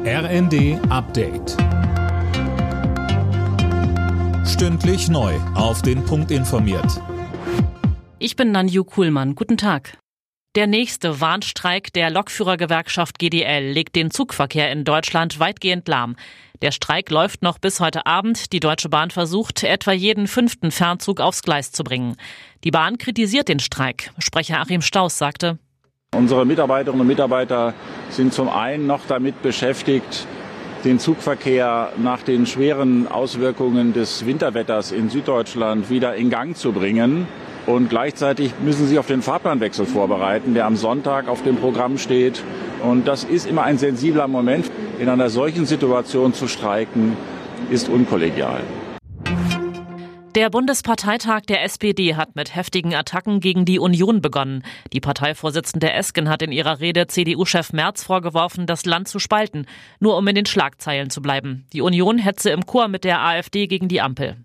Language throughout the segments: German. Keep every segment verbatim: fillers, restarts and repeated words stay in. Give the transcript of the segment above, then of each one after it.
R N D Update. Stündlich neu auf den Punkt informiert. Ich bin Nanju Kuhlmann. Guten Tag. Der nächste Warnstreik der Lokführergewerkschaft G D L legt den Zugverkehr in Deutschland weitgehend lahm. Der Streik läuft noch bis heute Abend. Die Deutsche Bahn versucht, etwa jeden fünften Fernzug aufs Gleis zu bringen. Die Bahn kritisiert den Streik. Sprecher Achim Stauß sagte: Unsere Mitarbeiterinnen und Mitarbeiter sind zum einen noch damit beschäftigt, den Zugverkehr nach den schweren Auswirkungen des Winterwetters in Süddeutschland wieder in Gang zu bringen. Und gleichzeitig müssen sie auf den Fahrplanwechsel vorbereiten, der am Sonntag auf dem Programm steht. Und das ist immer ein sensibler Moment. In einer solchen Situation zu streiken, ist unkollegial. Der Bundesparteitag der S P D hat mit heftigen Attacken gegen die Union begonnen. Die Parteivorsitzende Esken hat in ihrer Rede C D U-Chef Merz vorgeworfen, das Land zu spalten, nur um in den Schlagzeilen zu bleiben. Die Union hetze im Chor mit der AfD gegen die Ampel.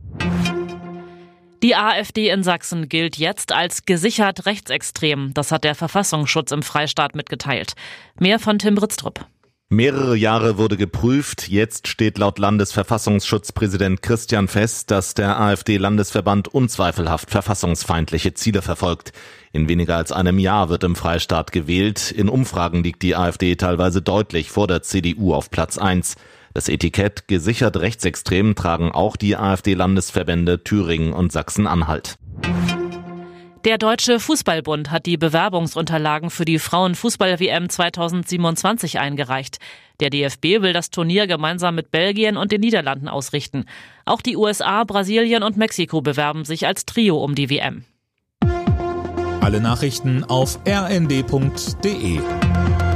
Die AfD in Sachsen gilt jetzt als gesichert rechtsextrem. Das hat der Verfassungsschutz im Freistaat mitgeteilt. Mehr von Tim Britztrup. Mehrere Jahre wurde geprüft. Jetzt steht laut Landesverfassungsschutzpräsident Christian fest, dass der AfD-Landesverband unzweifelhaft verfassungsfeindliche Ziele verfolgt. In weniger als einem Jahr wird im Freistaat gewählt. In Umfragen liegt die AfD teilweise deutlich vor der C D U auf Platz eins. Das Etikett gesichert rechtsextrem tragen auch die AfD-Landesverbände Thüringen und Sachsen-Anhalt. Der Deutsche Fußballbund hat die Bewerbungsunterlagen für die Frauenfußball-W M zweitausendsiebenundzwanzig eingereicht. Der D F B will das Turnier gemeinsam mit Belgien und den Niederlanden ausrichten. Auch die U S A, Brasilien und Mexiko bewerben sich als Trio um die W M. Alle Nachrichten auf r n d punkt d e.